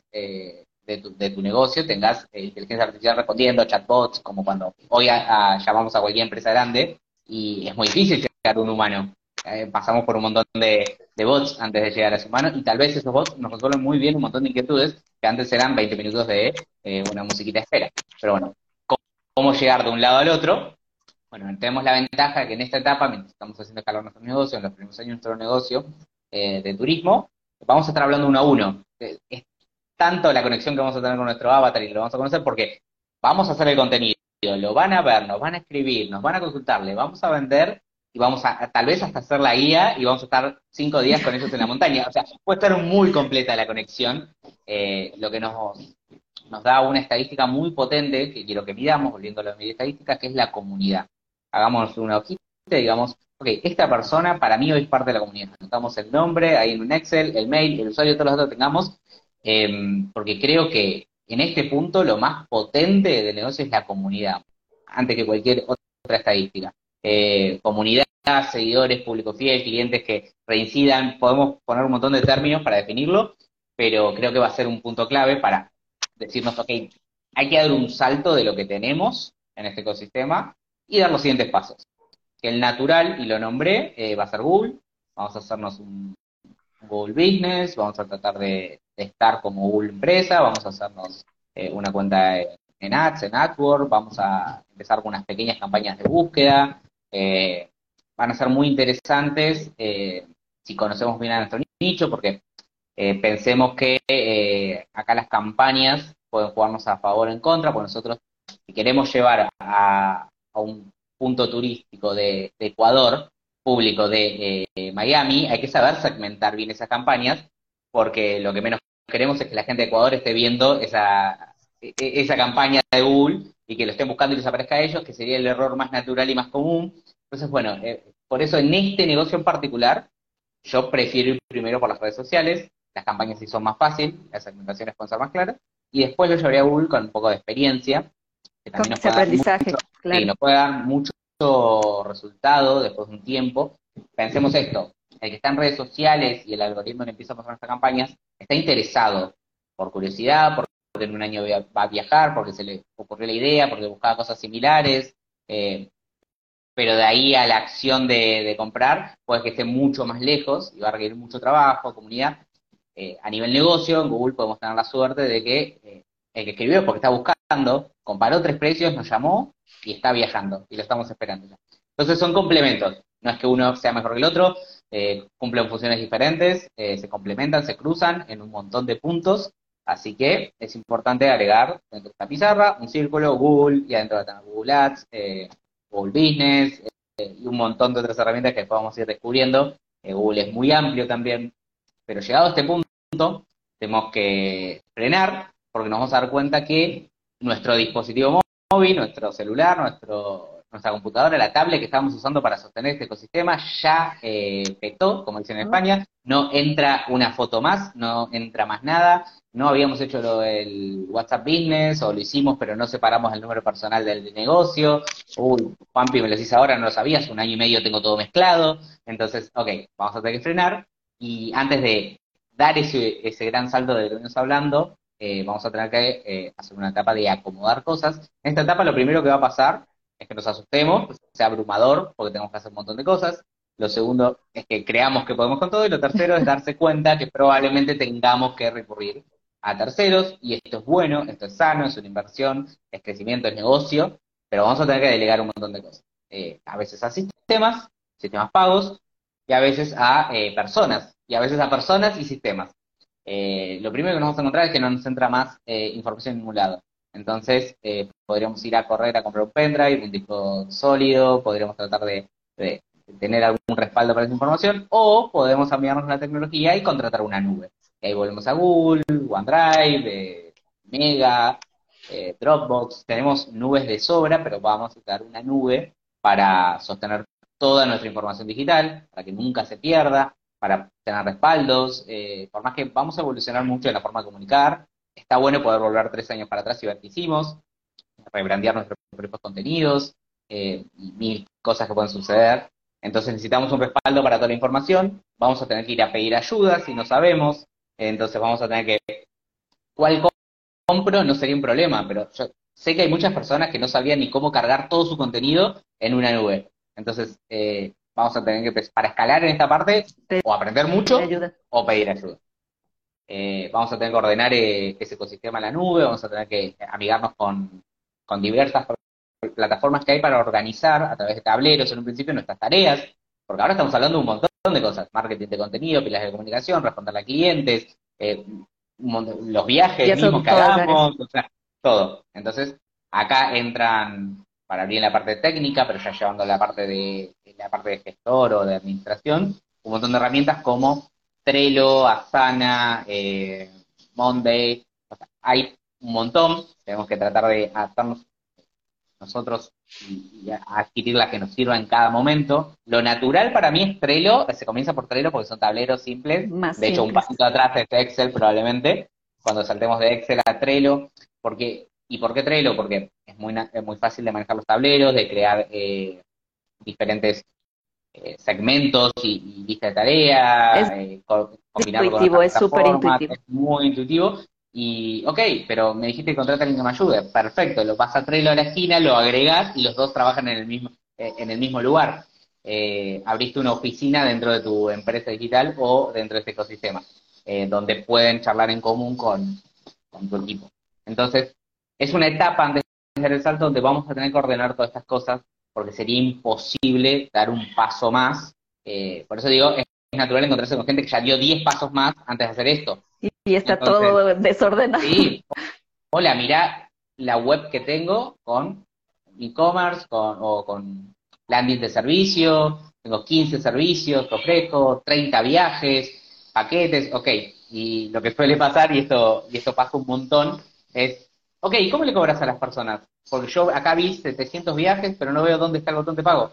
de tu negocio, tengas inteligencia artificial respondiendo, chatbots, como cuando hoy llamamos a cualquier empresa grande, y es muy difícil llegar a un humano. Pasamos por un montón de bots antes de llegar a ese humano, y tal vez esos bots nos resuelven muy bien un montón de inquietudes que antes eran 20 minutos de una musiquita de espera. Pero bueno, cómo llegar de un lado al otro. Bueno, tenemos la ventaja de que en esta etapa, mientras estamos haciendo escalar nuestro negocio, en los primeros años de nuestro negocio de turismo, vamos a estar hablando uno a uno. Es tanto la conexión que vamos a tener con nuestro avatar y lo vamos a conocer porque vamos a hacer el contenido, lo van a ver, nos van a escribir, nos van a consultar, le vamos a vender y vamos a tal vez hasta hacer la guía y vamos a estar 5 días con ellos en la montaña. O sea, puede estar muy completa la conexión, lo que nos da una estadística muy potente, que quiero que midamos, volviendo a la media estadística, que es la comunidad. Hagamos una hojita y digamos, ok, esta persona para mí hoy es parte de la comunidad. Anotamos el nombre, ahí en un Excel, el mail, el usuario, todos los datos que tengamos, porque creo que en este punto lo más potente del negocio es la comunidad, antes que cualquier otra estadística. Comunidad, seguidores, público fiel, clientes que reincidan, podemos poner un montón de términos para definirlo, pero creo que va a ser un punto clave para decirnos, ok, hay que dar un salto de lo que tenemos en este ecosistema y dar los siguientes pasos. Que el natural, y lo nombré, va a ser Google. Vamos a hacernos un Google Business, vamos a tratar de estar como Google Empresa, vamos a hacernos una cuenta en Ads, en AdWords, vamos a empezar con unas pequeñas campañas de búsqueda. Van a ser muy interesantes si conocemos bien a nuestro nicho, porque pensemos que acá las campañas pueden jugarnos a favor o en contra, porque nosotros, si queremos llevar a un punto turístico de Ecuador, público de Miami, hay que saber segmentar bien esas campañas, porque lo que menos queremos es que la gente de Ecuador esté viendo esa campaña de Google y que lo estén buscando y les aparezca a ellos, que sería el error más natural y más común. Entonces, bueno, por eso en este negocio en particular, yo prefiero ir primero por las redes sociales, las campañas sí son más fáciles, las segmentaciones pueden ser más claras, y después lo llevaría a Google con un poco de experiencia, que Con también nos ese puede dar aprendizaje, y claro. nos puede dar mucho resultado después de un tiempo. Pensemos esto, el que está en redes sociales y el algoritmo le empieza a pasar estas campañas, está interesado por curiosidad, porque en un año va a viajar, porque se le ocurrió la idea, porque buscaba cosas similares, eh, pero de ahí a la acción de comprar, puede que esté mucho más lejos y va a requerir mucho trabajo, comunidad. A nivel negocio, en Google podemos tener la suerte de que el que escribió porque está buscando, comparó 3 precios, nos llamó y está viajando y lo estamos esperando ya. Entonces son complementos, no es que uno sea mejor que el otro, cumplen funciones diferentes, se complementan, se cruzan en un montón de puntos, así que es importante agregar dentro de esta pizarra un círculo, Google, y adentro de Google Ads, Google Business, y un montón de otras herramientas que podemos ir descubriendo. Google es muy amplio también, pero llegado a este punto, tenemos que frenar porque nos vamos a dar cuenta que nuestro dispositivo móvil, nuestro celular, nuestra computadora, la tablet que estábamos usando para sostener este ecosistema ya petó, como dicen en España, no entra una foto más, no entra más nada, no habíamos hecho el WhatsApp Business, o lo hicimos pero no separamos el número personal del negocio, uy, Juanpi me lo dices ahora, no lo sabías, 1 año y medio tengo todo mezclado, entonces, ok, vamos a tener que frenar, y antes de dar ese gran salto del que venimos hablando, vamos a tener que hacer una etapa de acomodar cosas. En esta etapa lo primero que va a pasar es que nos asustemos, que sea abrumador, porque tenemos que hacer un montón de cosas. Lo segundo es que creamos que podemos con todo, y lo tercero es darse cuenta que probablemente tengamos que recurrir a terceros, y esto es bueno, esto es sano, es una inversión, es crecimiento, es negocio, pero vamos a tener que delegar un montón de cosas. A veces a sistemas pagos, y a veces a personas, y a veces a personas y sistemas. Lo primero que nos vamos a encontrar es que no nos entra más información en ningún lado. Entonces, podríamos ir a correr a comprar un pendrive, un disco sólido, podríamos tratar de tener algún respaldo para esa información, o podemos cambiarnos la tecnología y contratar una nube. Y ahí volvemos a Google, OneDrive, Mega, Dropbox. Tenemos nubes de sobra, pero vamos a usar una nube para sostener toda nuestra información digital, para que nunca se pierda, para tener respaldos, por más que vamos a evolucionar mucho en la forma de comunicar, está bueno poder volver 3 años para atrás y ver qué hicimos, rebrandear nuestros propios contenidos, y mil cosas que pueden suceder. Entonces necesitamos un respaldo para toda la información, vamos a tener que ir a pedir ayuda si no sabemos, entonces vamos a tener que, ¿cuál compro? No sería un problema, pero yo sé que hay muchas personas que no sabían ni cómo cargar todo su contenido en una nube. Entonces, vamos a tener que, para escalar en esta parte, o aprender mucho Ayuda. o pedir ayuda. Vamos a tener que ordenar ese ecosistema en la nube, vamos a tener que amigarnos con diversas plataformas que hay para organizar a través de tableros en un principio nuestras tareas, porque ahora estamos hablando de un montón de cosas: marketing de contenido, pilas de comunicación, responder a clientes, los viajes Ya mismos son que todas áreas. hagamos, o sea, todo. Entonces, acá entran, para abrir la parte técnica, pero ya llevando la parte de gestor o de administración, un montón de herramientas como Trello, Asana, Monday. O sea, hay un montón, tenemos que tratar de adaptarnos nosotros y adquirir las que nos sirva en cada momento. Lo natural para mí es Trello, se comienza por Trello porque son tableros simples, Más de hecho un simples. pasito atrás es Excel probablemente, cuando saltemos de Excel a Trello. ¿Y por qué Trello? Porque es muy fácil de manejar los tableros, de crear diferentes segmentos y lista de Es tareas, combinarlo con intuitivo, otras es súper plataformas, intuitivo. es muy intuitivo. Y, ok, pero me dijiste que contrata a alguien que me ayude. Perfecto, lo vas a Trello a la esquina, lo agregás y los dos trabajan en el mismo lugar. Abriste una oficina dentro de tu empresa digital o dentro de este ecosistema, donde pueden charlar en común con tu equipo. Entonces, es una etapa antes de hacer el salto donde vamos a tener que ordenar todas estas cosas, porque sería imposible dar un paso más. Por eso digo, es natural encontrarse con gente que ya dio 10 pasos más antes de hacer esto. Y está Entonces, todo desordenado. sí, hola, mirá la web que tengo con e-commerce, o con landing de servicio, tengo 15 servicios que ofrezco, 30 viajes, paquetes, ok. Y lo que suele pasar, y esto pasa un montón, es, ok, ¿cómo le cobras a las personas? Porque yo acá vi 700 viajes, pero no veo dónde está el botón de pago.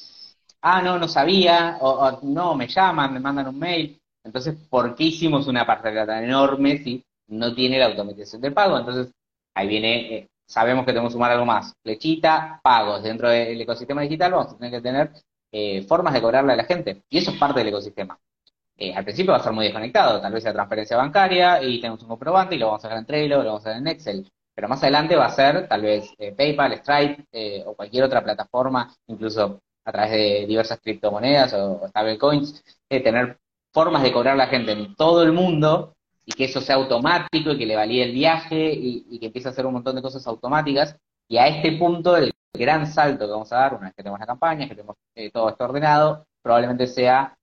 Ah, no, no sabía, o no, me llaman, me mandan un mail. Entonces, ¿por qué hicimos una parcela tan enorme si no tiene la automatización del pago? Entonces, ahí viene, sabemos que tenemos que sumar algo más. Flechita, pagos. Dentro del ecosistema digital vamos a tener que tener formas de cobrarle a la gente. Y eso es parte del ecosistema. Al principio va a ser muy desconectado, tal vez sea transferencia bancaria y tenemos un comprobante y lo vamos a hacer en Trello, lo vamos a hacer en Excel. Pero más adelante va a ser tal vez PayPal, Stripe, o cualquier otra plataforma, incluso a través de diversas criptomonedas o stablecoins, tener formas de cobrar a la gente en todo el mundo, y que eso sea automático y que le valide el viaje y que empiece a hacer un montón de cosas automáticas. Y a este punto, el gran salto que vamos a dar, una vez que tenemos la campaña, que tenemos todo esto ordenado, probablemente sea,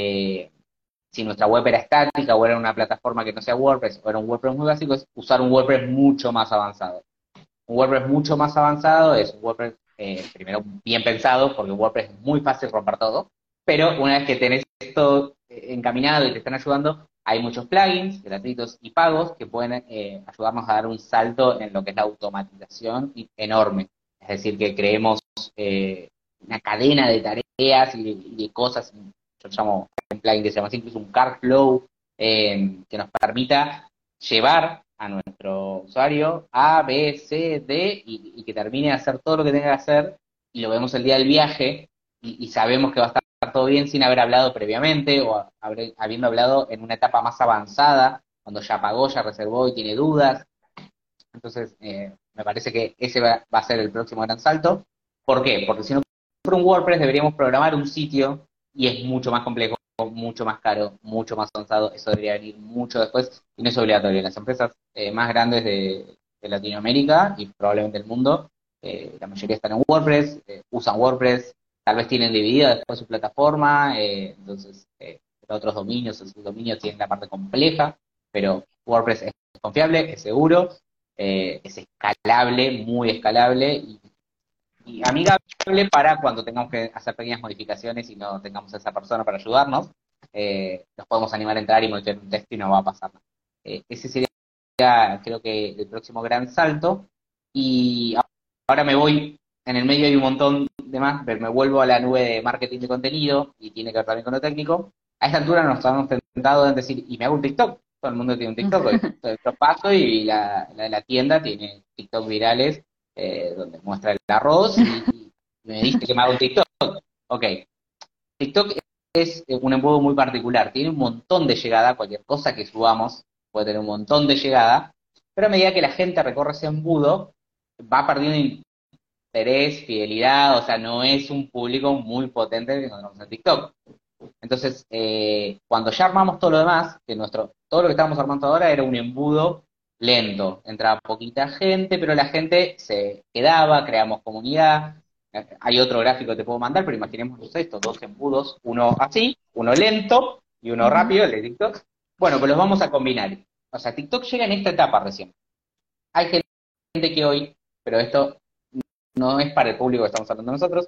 si nuestra web era estática o era una plataforma que no sea WordPress o era un WordPress muy básico, es usar un WordPress mucho más avanzado. Un WordPress mucho más avanzado es un WordPress, primero, bien pensado, porque WordPress es muy fácil romper todo, pero una vez que tenés esto encaminado y te están ayudando, hay muchos plugins gratuitos y pagos que pueden ayudarnos a dar un salto en lo que es la automatización enorme. Es decir, que creemos una cadena de tareas y de cosas, yo llamo plugin que se llama así, incluso un card flow, que nos permita llevar a nuestro usuario A, B, C, D, y que termine de hacer todo lo que tenga que hacer, y lo vemos el día del viaje, y sabemos que va a estar todo bien sin haber hablado previamente, o habiendo hablado en una etapa más avanzada, cuando ya pagó, ya reservó y tiene dudas. Entonces, me parece que ese va a ser el próximo gran salto. ¿Por qué? Porque si no fuera un WordPress, deberíamos programar un sitio, y es mucho más complejo, mucho más caro, mucho más avanzado. Eso debería venir mucho después, y no es obligatorio. Las empresas más grandes de Latinoamérica y probablemente del mundo, la mayoría están en WordPress, usan WordPress, tal vez tienen dividida después su plataforma, entonces otros dominios o subdominios tienen la parte compleja, pero WordPress es confiable, es seguro, es escalable, muy escalable, y amigable para cuando tengamos que hacer pequeñas modificaciones y no tengamos a esa persona para ayudarnos. Nos podemos animar a entrar y modificar un texto y no va a pasar nada. Ese sería, creo que, el próximo gran salto. Y ahora me voy, en el medio hay un montón de más, pero me vuelvo a la nube de marketing de contenido, y tiene que ver también con lo técnico. A esta altura nos hemos tentado en decir, y me hago un TikTok. Todo el mundo tiene un TikTok hoy. Entonces, yo paso y la tienda tiene TikTok virales, donde muestra el arroz, y me dice que me hago un TikTok. Ok, TikTok es un embudo muy particular, tiene un montón de llegada, cualquier cosa que subamos puede tener un montón de llegada, pero a medida que la gente recorre ese embudo, va perdiendo interés, fidelidad, o sea, no es un público muy potente que encontramos en TikTok. Entonces, cuando ya armamos todo lo demás, que todo lo que estábamos armando ahora era un embudo lento, entraba poquita gente, pero la gente se quedaba, creamos comunidad. Hay otro gráfico que te puedo mandar, pero imaginemos estos dos embudos, uno así, uno lento y uno rápido, el de TikTok. Bueno, pues los vamos a combinar. O sea, TikTok llega en esta etapa recién. Hay gente que hoy, pero esto no es para el público que estamos hablando nosotros,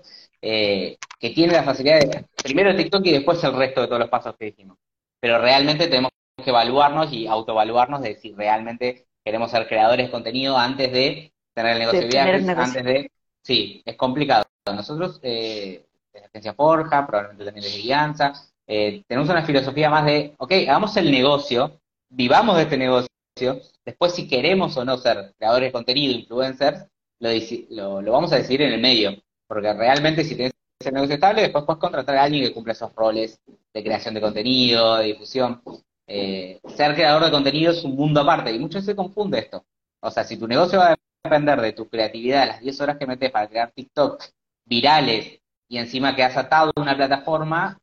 que tiene la facilidad de primero TikTok y después el resto de todos los pasos que dijimos. Pero realmente tenemos que evaluarnos y autoevaluarnos de si realmente queremos ser creadores de contenido antes de tener el negocio de viajes, antes de... Sí, es complicado. Nosotros, de la agencia Forja, probablemente también de Guianza, tenemos una filosofía más de, ok, hagamos el negocio, vivamos de este negocio, después si queremos o no ser creadores de contenido, influencers, lo vamos a decidir en el medio, porque realmente si tenés ese negocio estable, después puedes contratar a alguien que cumpla esos roles de creación de contenido, de difusión. Ser creador de contenido es un mundo aparte, y muchos se confunde esto. O sea, si tu negocio va a depender de tu creatividad, las 10 horas que metes para crear TikTok virales, y encima que has atado una plataforma,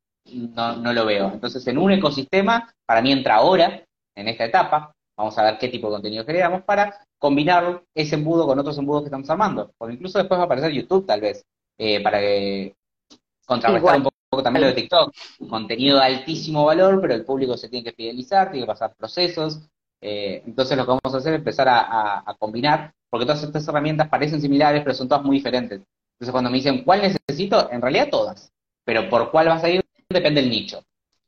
no lo veo. Entonces, en un ecosistema, para mí entra ahora, en esta etapa, vamos a ver qué tipo de contenido creamos para combinar ese embudo con otros embudos que estamos armando. Porque incluso después va a aparecer YouTube, tal vez, para que contrarrestar un poco también lo de TikTok. Contenido de altísimo valor, pero el público se tiene que fidelizar, tiene que pasar procesos. Entonces, lo que vamos a hacer es empezar a combinar, porque todas estas herramientas parecen similares, pero son todas muy diferentes. Entonces, cuando me dicen, ¿cuál necesito? En realidad todas. Pero por cuál vas a ir depende del nicho.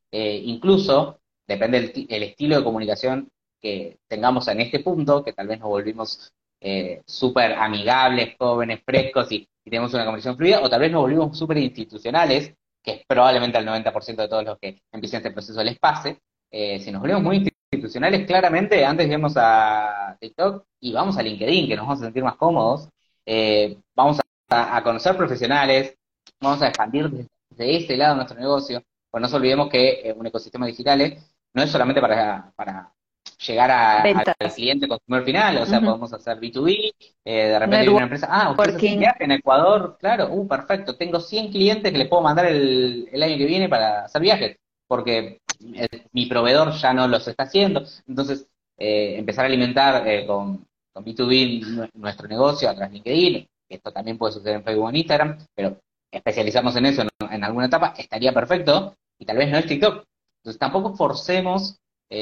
Incluso depende el estilo de comunicación que tengamos en este punto, que tal vez nos volvimos súper amigables, jóvenes, frescos, y tenemos una comunicación fluida, o tal vez nos volvimos súper institucionales, que es probablemente al 90% de todos los que empiecen este proceso les pase. Si nos volvemos muy institucionales, claramente antes íbamos a TikTok y vamos a LinkedIn, que nos vamos a sentir más cómodos. Vamos a conocer profesionales, vamos a expandir de ese lado de nuestro negocio. Pues no nos olvidemos que un ecosistema digital no es solamente para llegar al cliente consumidor final, o sea, podemos hacer B2B, de repente viene una empresa, usted hace un viaje en Ecuador, claro, perfecto, tengo 100 clientes que les puedo mandar el año que viene para hacer viajes, porque mi proveedor ya no los está haciendo. Entonces, empezar a alimentar con B2B nuestro negocio a través de LinkedIn, esto también puede suceder en Facebook o en Instagram, pero especializarnos en eso en alguna etapa estaría perfecto, y tal vez no es TikTok. Entonces tampoco forcemos,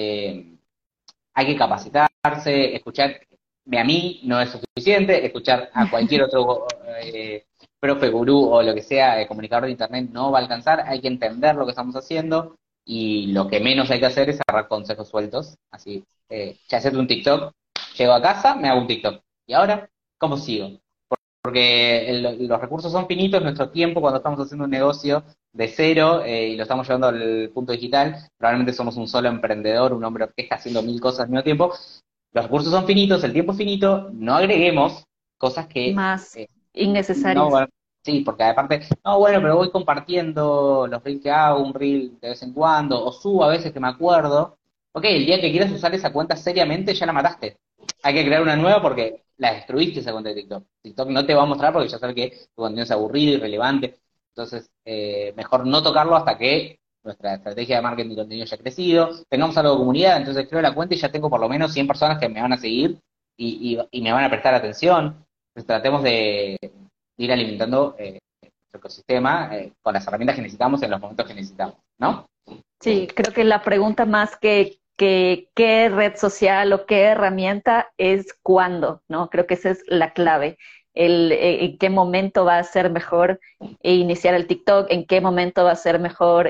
hay que capacitarse, escucharme a mí no es suficiente, escuchar a cualquier otro profe, gurú o lo que sea, comunicador de internet no va a alcanzar, hay que entender lo que estamos haciendo, y lo que menos hay que hacer es agarrar consejos sueltos, así, ya hacerte un TikTok, llego a casa, me hago un TikTok, y ahora, ¿cómo sigo? porque los recursos son finitos, nuestro tiempo cuando estamos haciendo un negocio de cero y lo estamos llevando al punto digital, probablemente somos un solo emprendedor, un hombre orquesta haciendo mil cosas al mismo tiempo. Los recursos son finitos, el tiempo es finito, no agreguemos cosas que Más no, innecesarias. bueno, sí, porque aparte, no, bueno, pero voy compartiendo los reels que hago, un reel de vez en cuando, o subo a veces que me acuerdo. Ok, el día que quieras usar esa cuenta seriamente ya la mataste. Hay que crear una nueva porque la destruiste esa cuenta de TikTok. TikTok no te va a mostrar porque ya sabe que tu contenido es aburrido, irrelevante. Entonces, mejor no tocarlo hasta que nuestra estrategia de marketing y contenido haya crecido, tengamos algo de comunidad, entonces creo la cuenta y ya tengo por lo menos 100 personas que me van a seguir y me van a prestar atención. Entonces tratemos de ir alimentando nuestro ecosistema con las herramientas que necesitamos en los momentos que necesitamos, ¿no? Sí, creo que la pregunta más que qué red social o qué herramienta es cuándo, ¿no? Creo que esa es la clave. En qué momento va a ser mejor iniciar el TikTok, en qué momento va a ser mejor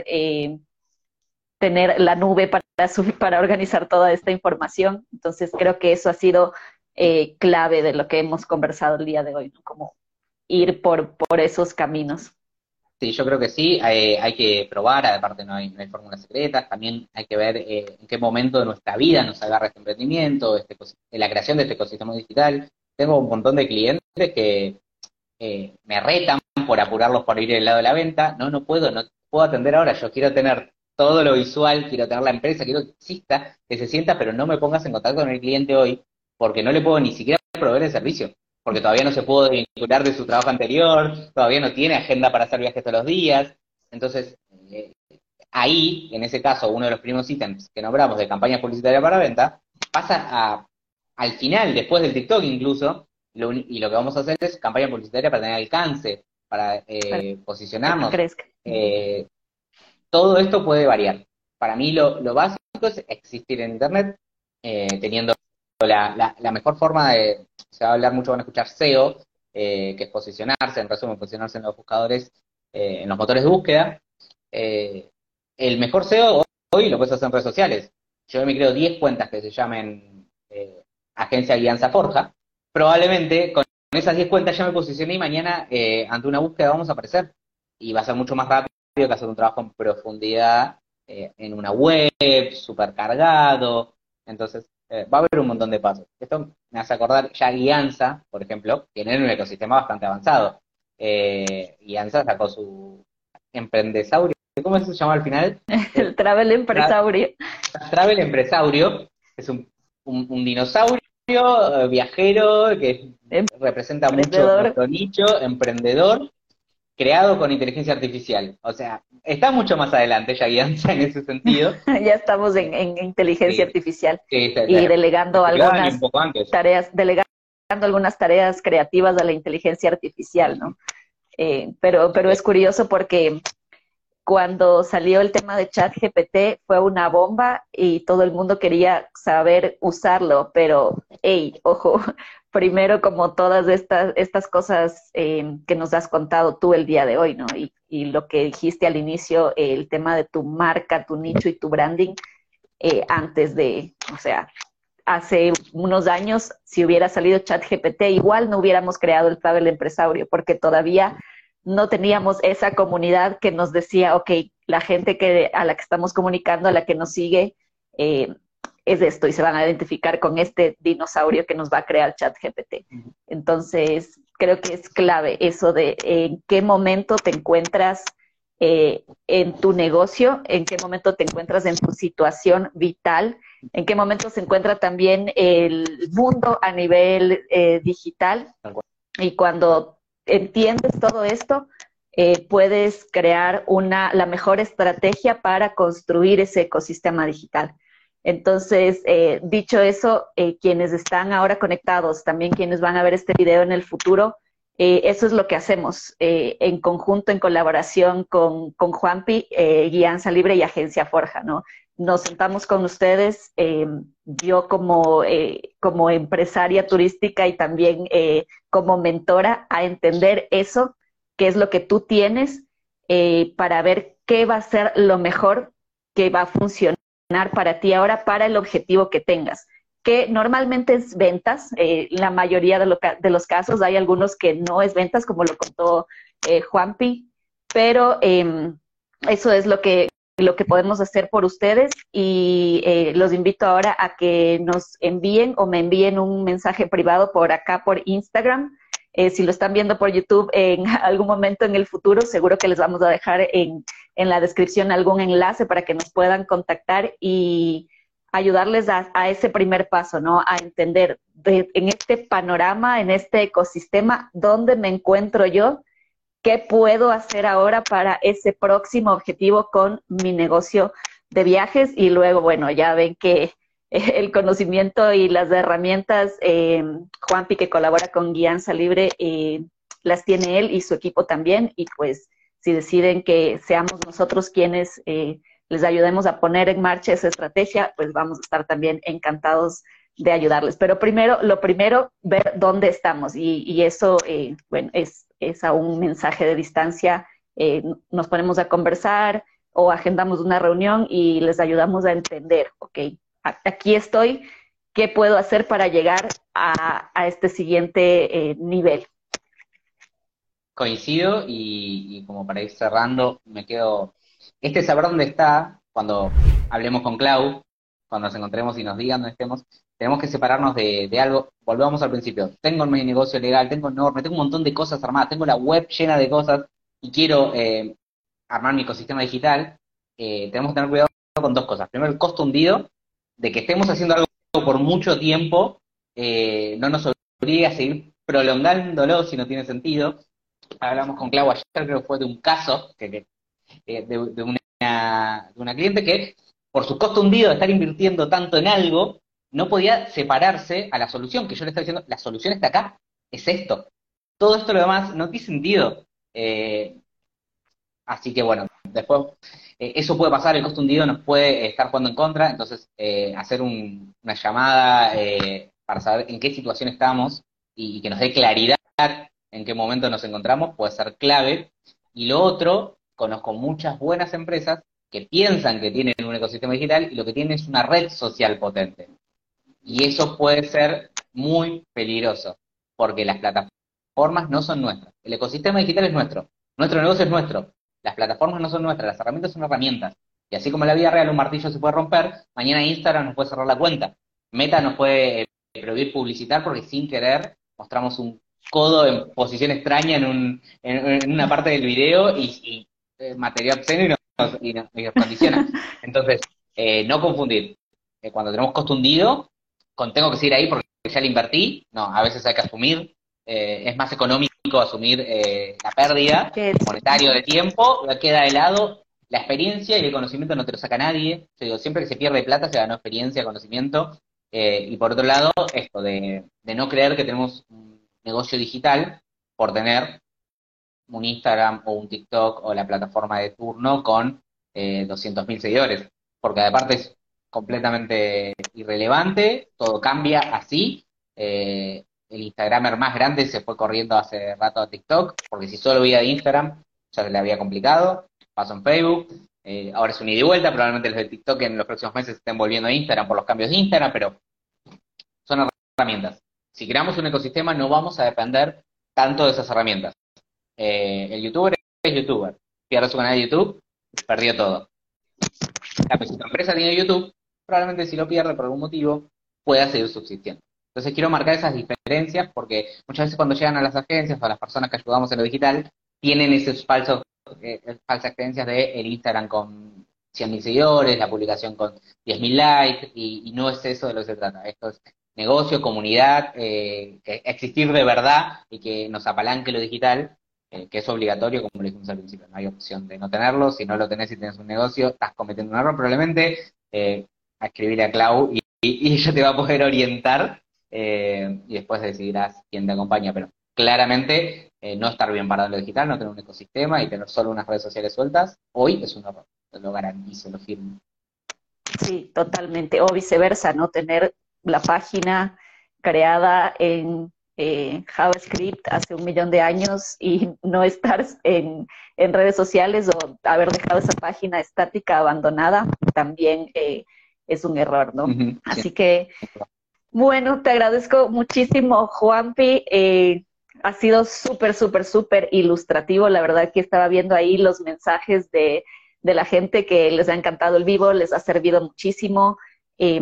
tener la nube para subir, para organizar toda esta información. Entonces creo que eso ha sido clave de lo que hemos conversado el día de hoy, ¿no? Como ir por esos caminos. Sí, yo creo que sí, hay que probar, aparte no hay fórmulas secretas, también hay que ver en qué momento de nuestra vida nos agarra este emprendimiento, la creación de este ecosistema digital. Tengo un montón de clientes que me retan por apurarlos por ir del lado de la venta, no puedo atender ahora, yo quiero tener todo lo visual, quiero tener la empresa, quiero que exista, que se sienta, pero no me pongas en contacto con el cliente hoy, porque no le puedo ni siquiera proveer el servicio, porque todavía no se pudo vincular de su trabajo anterior, todavía no tiene agenda para hacer viajes todos los días, entonces ahí, en ese caso, uno de los primeros ítems que nombramos de campañas publicitarias para venta, pasa al final, después del TikTok incluso, y lo que vamos a hacer es campaña publicitaria para tener alcance, para Para que posicionarnos. crezca. Eh, Todo esto puede variar. Para mí lo básico es existir en Internet, teniendo la mejor forma se va a hablar mucho, van a escuchar SEO, que es posicionarse, en resumen, posicionarse en los buscadores, en los motores de búsqueda. Eh, el mejor SEO hoy lo puedes hacer en redes sociales. Yo me creo 10 cuentas que se llamen Agencia Guianza Forja. Probablemente con esas 10 cuentas ya me posicioné y mañana ante una búsqueda vamos a aparecer. Y va a ser mucho más rápido que hacer un trabajo en profundidad en una web, súper cargado. Entonces, va a haber un montón de pasos. Esto me hace acordar, ya Guianza, por ejemplo, tiene un ecosistema bastante avanzado. Guianza sacó su Emprendesaurio, ¿cómo se llama al final? El travel empresaurio. Travel Empresaurio, es un dinosaurio viajero que representa mucho Emprendedor. nuestro nicho, emprendedor, creado con inteligencia artificial. O sea, está mucho más adelante ya Guianza en ese sentido. Ya estamos en inteligencia Sí, artificial sí, y delegando se quedaban y un algunas poco antes. tareas, delegando algunas tareas creativas a la inteligencia artificial, ¿no? Pero es curioso porque cuando salió el tema de ChatGPT fue una bomba y todo el mundo quería saber usarlo, pero, hey, ojo, primero como todas estas cosas que nos has contado tú el día de hoy, ¿no? Y lo que dijiste al inicio, el tema de tu marca, tu nicho y tu branding, antes de, o sea, hace unos años, si hubiera salido ChatGPT, igual no hubiéramos creado el Travel Empresario, porque todavía no teníamos esa comunidad que nos decía, ok, la gente a la que estamos comunicando, a la que nos sigue, eh, es esto, y se van a identificar con este dinosaurio que nos va a crear ChatGPT. Entonces, creo que es clave eso de en qué momento te encuentras en tu negocio, en qué momento te encuentras en tu situación vital, en qué momento se encuentra también el mundo a nivel digital. Y cuando entiendes todo esto, puedes crear la mejor estrategia para construir ese ecosistema digital. Entonces, dicho eso, quienes están ahora conectados, también quienes van a ver este video en el futuro, eso es lo que hacemos en conjunto, en colaboración con Juanpi, Guianza Libre y Agencia Forja, ¿no? Nos sentamos con ustedes, yo como empresaria turística y también como mentora, a entender eso, qué es lo que tú tienes, para ver qué va a ser lo mejor que va a funcionar para ti ahora, para el objetivo que tengas. que normalmente es ventas, la mayoría de los casos, hay algunos que no es ventas, como lo contó Juanpi, pero eso es lo que podemos hacer por ustedes y los invito ahora a que nos envíen o me envíen un mensaje privado por acá, por Instagram. Si lo están viendo por YouTube en algún momento en el futuro, seguro que les vamos a dejar en la descripción algún enlace para que nos puedan contactar y ayudarles a ese primer paso, ¿no? A entender en este panorama, en este ecosistema, dónde me encuentro yo, qué puedo hacer ahora para ese próximo objetivo con mi negocio de viajes. Y luego, bueno, ya ven que el conocimiento y las herramientas, Juanpi, que colabora con Guianza Libre, las tiene él y su equipo también. Y pues si deciden que seamos nosotros quienes les ayudemos a poner en marcha esa estrategia, pues vamos a estar también encantados de ayudarles. Pero primero, lo primero, ver dónde estamos. Y eso, bueno, es a un mensaje de distancia. Nos ponemos a conversar o agendamos una reunión y les ayudamos a entender, ok, aquí estoy, ¿qué puedo hacer para llegar a este siguiente nivel? Coincido y como para ir cerrando, me quedo, saber dónde está, cuando hablemos con Clau, cuando nos encontremos y nos digan dónde estemos, tenemos que separarnos de algo. Volvamos al principio. Tengo mi negocio legal, tengo enorme, tengo un montón de cosas armadas, tengo la web llena de cosas y quiero armar mi ecosistema digital. Tenemos que tener cuidado con dos cosas. Primero, el costo hundido, de que estemos haciendo algo por mucho tiempo, no nos obligue a seguir prolongándolo si no tiene sentido. Hablamos con Clau ayer, creo que fue de un caso de una cliente que, por su costo hundido de estar invirtiendo tanto en algo, no podía separarse a la solución, que yo le estaba diciendo, la solución está acá, es esto. Todo esto lo demás no tiene sentido. Así que bueno, después eso puede pasar, el costo hundido nos puede estar jugando en contra, entonces hacer una llamada para saber en qué situación estamos y que nos dé claridad en qué momento nos encontramos puede ser clave. Y lo otro, conozco muchas buenas empresas que piensan que tienen un ecosistema digital y lo que tienen es una red social potente. Y eso puede ser muy peligroso, porque las plataformas no son nuestras. El ecosistema digital es nuestro negocio es nuestro. Las plataformas no son nuestras, las herramientas son herramientas. Y así como en la vida real un martillo se puede romper, mañana Instagram nos puede cerrar la cuenta. Meta nos puede prohibir publicitar porque sin querer mostramos un codo en posición extraña en una parte del video y material obsceno y nos condiciona. Entonces, no confundir. Cuando tenemos costo hundido, tengo que seguir ahí porque ya le invertí. No, a veces hay que asumir. Es más económico asumir la pérdida monetario de tiempo, queda de lado. La experiencia y el conocimiento no te lo saca nadie. Yo digo, siempre que se pierde plata se ganó experiencia, conocimiento. Y por otro lado, esto de no creer que tenemos un negocio digital por tener un Instagram o un TikTok o la plataforma de turno con 200.000 seguidores. Porque aparte es completamente irrelevante, todo cambia así. El Instagramer más grande se fue corriendo hace rato a TikTok, porque si solo veía de Instagram ya se le había complicado. Pasó en Facebook. Ahora es un ida y vuelta, probablemente los de TikTok en los próximos meses estén volviendo a Instagram por los cambios de Instagram, pero son herramientas. Si creamos un ecosistema no vamos a depender tanto de esas herramientas. El youtuber es youtuber. Pierde su canal de YouTube, perdió todo. Si tu empresa tiene YouTube, probablemente si lo pierde por algún motivo, pueda seguir subsistiendo. Entonces quiero marcar esas diferencias porque muchas veces cuando llegan a las agencias o a las personas que ayudamos en lo digital, tienen esos falsas creencias de el Instagram con 100.000 seguidores, la publicación con 10.000 likes, y no es eso de lo que se trata. Esto es negocio, comunidad, que existir de verdad y que nos apalanque lo digital, que es obligatorio, como le dijimos al principio. No hay opción de no tenerlo. Si no lo tenés y tenés un negocio, estás cometiendo un error probablemente. A escribirle a Clau y ella te va a poder orientar y después decidirás quién te acompaña. Pero claramente no estar bien parado en lo digital, no tener un ecosistema y tener solo unas redes sociales sueltas, hoy es un error. Lo garantizo, lo firmo. Sí, totalmente. O viceversa, ¿no? Tener la página creada en JavaScript hace 1.000.000 de años y no estar en redes sociales o haber dejado esa página estática, abandonada, también es un error, ¿no? Uh-huh, Así sí. que Bueno, te agradezco muchísimo, Juanpi. Ha sido súper, súper, súper ilustrativo. La verdad que estaba viendo ahí los mensajes de la gente que les ha encantado el vivo, les ha servido muchísimo. Eh,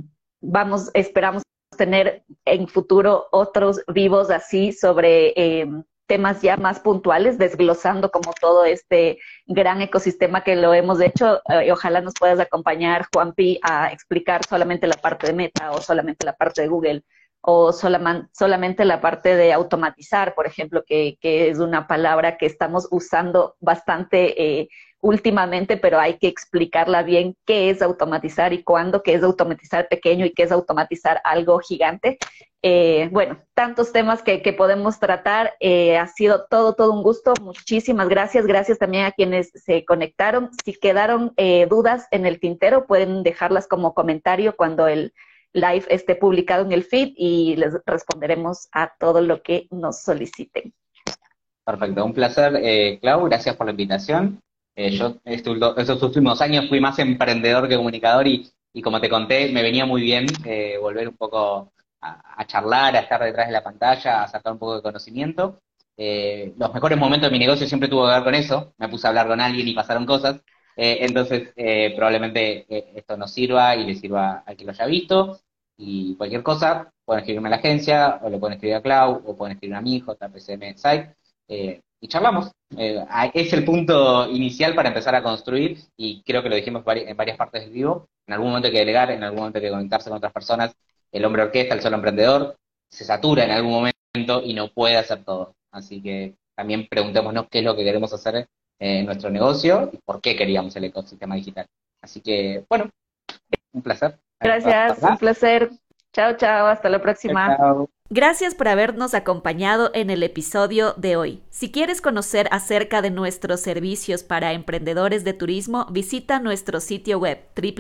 esperamos tener en futuro otros vivos así sobre temas ya más puntuales, desglosando como todo este gran ecosistema que lo hemos hecho. Ojalá nos puedas acompañar, Juanpi, a explicar solamente la parte de Meta o solamente la parte de Google o solamente la parte de automatizar, por ejemplo, que es una palabra que estamos usando bastante últimamente, pero hay que explicarla bien qué es automatizar y cuándo, qué es automatizar pequeño y qué es automatizar algo gigante. Bueno, tantos temas que podemos tratar. Ha sido todo un gusto. Muchísimas gracias. Gracias también a quienes se conectaron. Si quedaron dudas en el tintero, pueden dejarlas como comentario cuando el live esté publicado en el feed y les responderemos a todo lo que nos soliciten. Perfecto, un placer, Clau, gracias por la invitación. Yo estos últimos años fui más emprendedor que comunicador y como te conté, me venía muy bien volver un poco a charlar, a estar detrás de la pantalla, a sacar un poco de conocimiento. Los mejores momentos de mi negocio siempre tuvo que ver con eso, me puse a hablar con alguien y pasaron cosas. Entonces, probablemente esto nos sirva y le sirva a quien lo haya visto. Y cualquier cosa, pueden escribirme a la agencia, o le pueden escribir a Clau, o pueden escribir a mi hijo, JPCM Site, y charlamos. Es el punto inicial para empezar a construir, y creo que lo dijimos en varias partes del vivo. En algún momento hay que delegar, en algún momento hay que conectarse con otras personas. El hombre orquesta, el solo emprendedor, se satura en algún momento y no puede hacer todo. Así que también preguntémonos qué es lo que queremos hacer en nuestro negocio y por qué queríamos el ecosistema digital. Así que, bueno, un placer. Gracias, un placer. Chao, chao, hasta la próxima. Chao. Gracias por habernos acompañado en el episodio de hoy. Si quieres conocer acerca de nuestros servicios para emprendedores de turismo, visita nuestro sitio web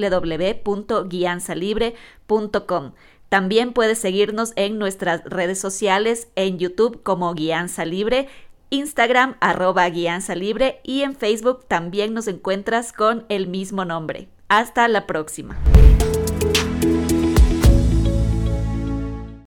www.guianzalibre.com. También puedes seguirnos en nuestras redes sociales, en YouTube como Guianza Libre, Instagram @Guianza Libre y en Facebook también nos encuentras con el mismo nombre. Hasta la próxima.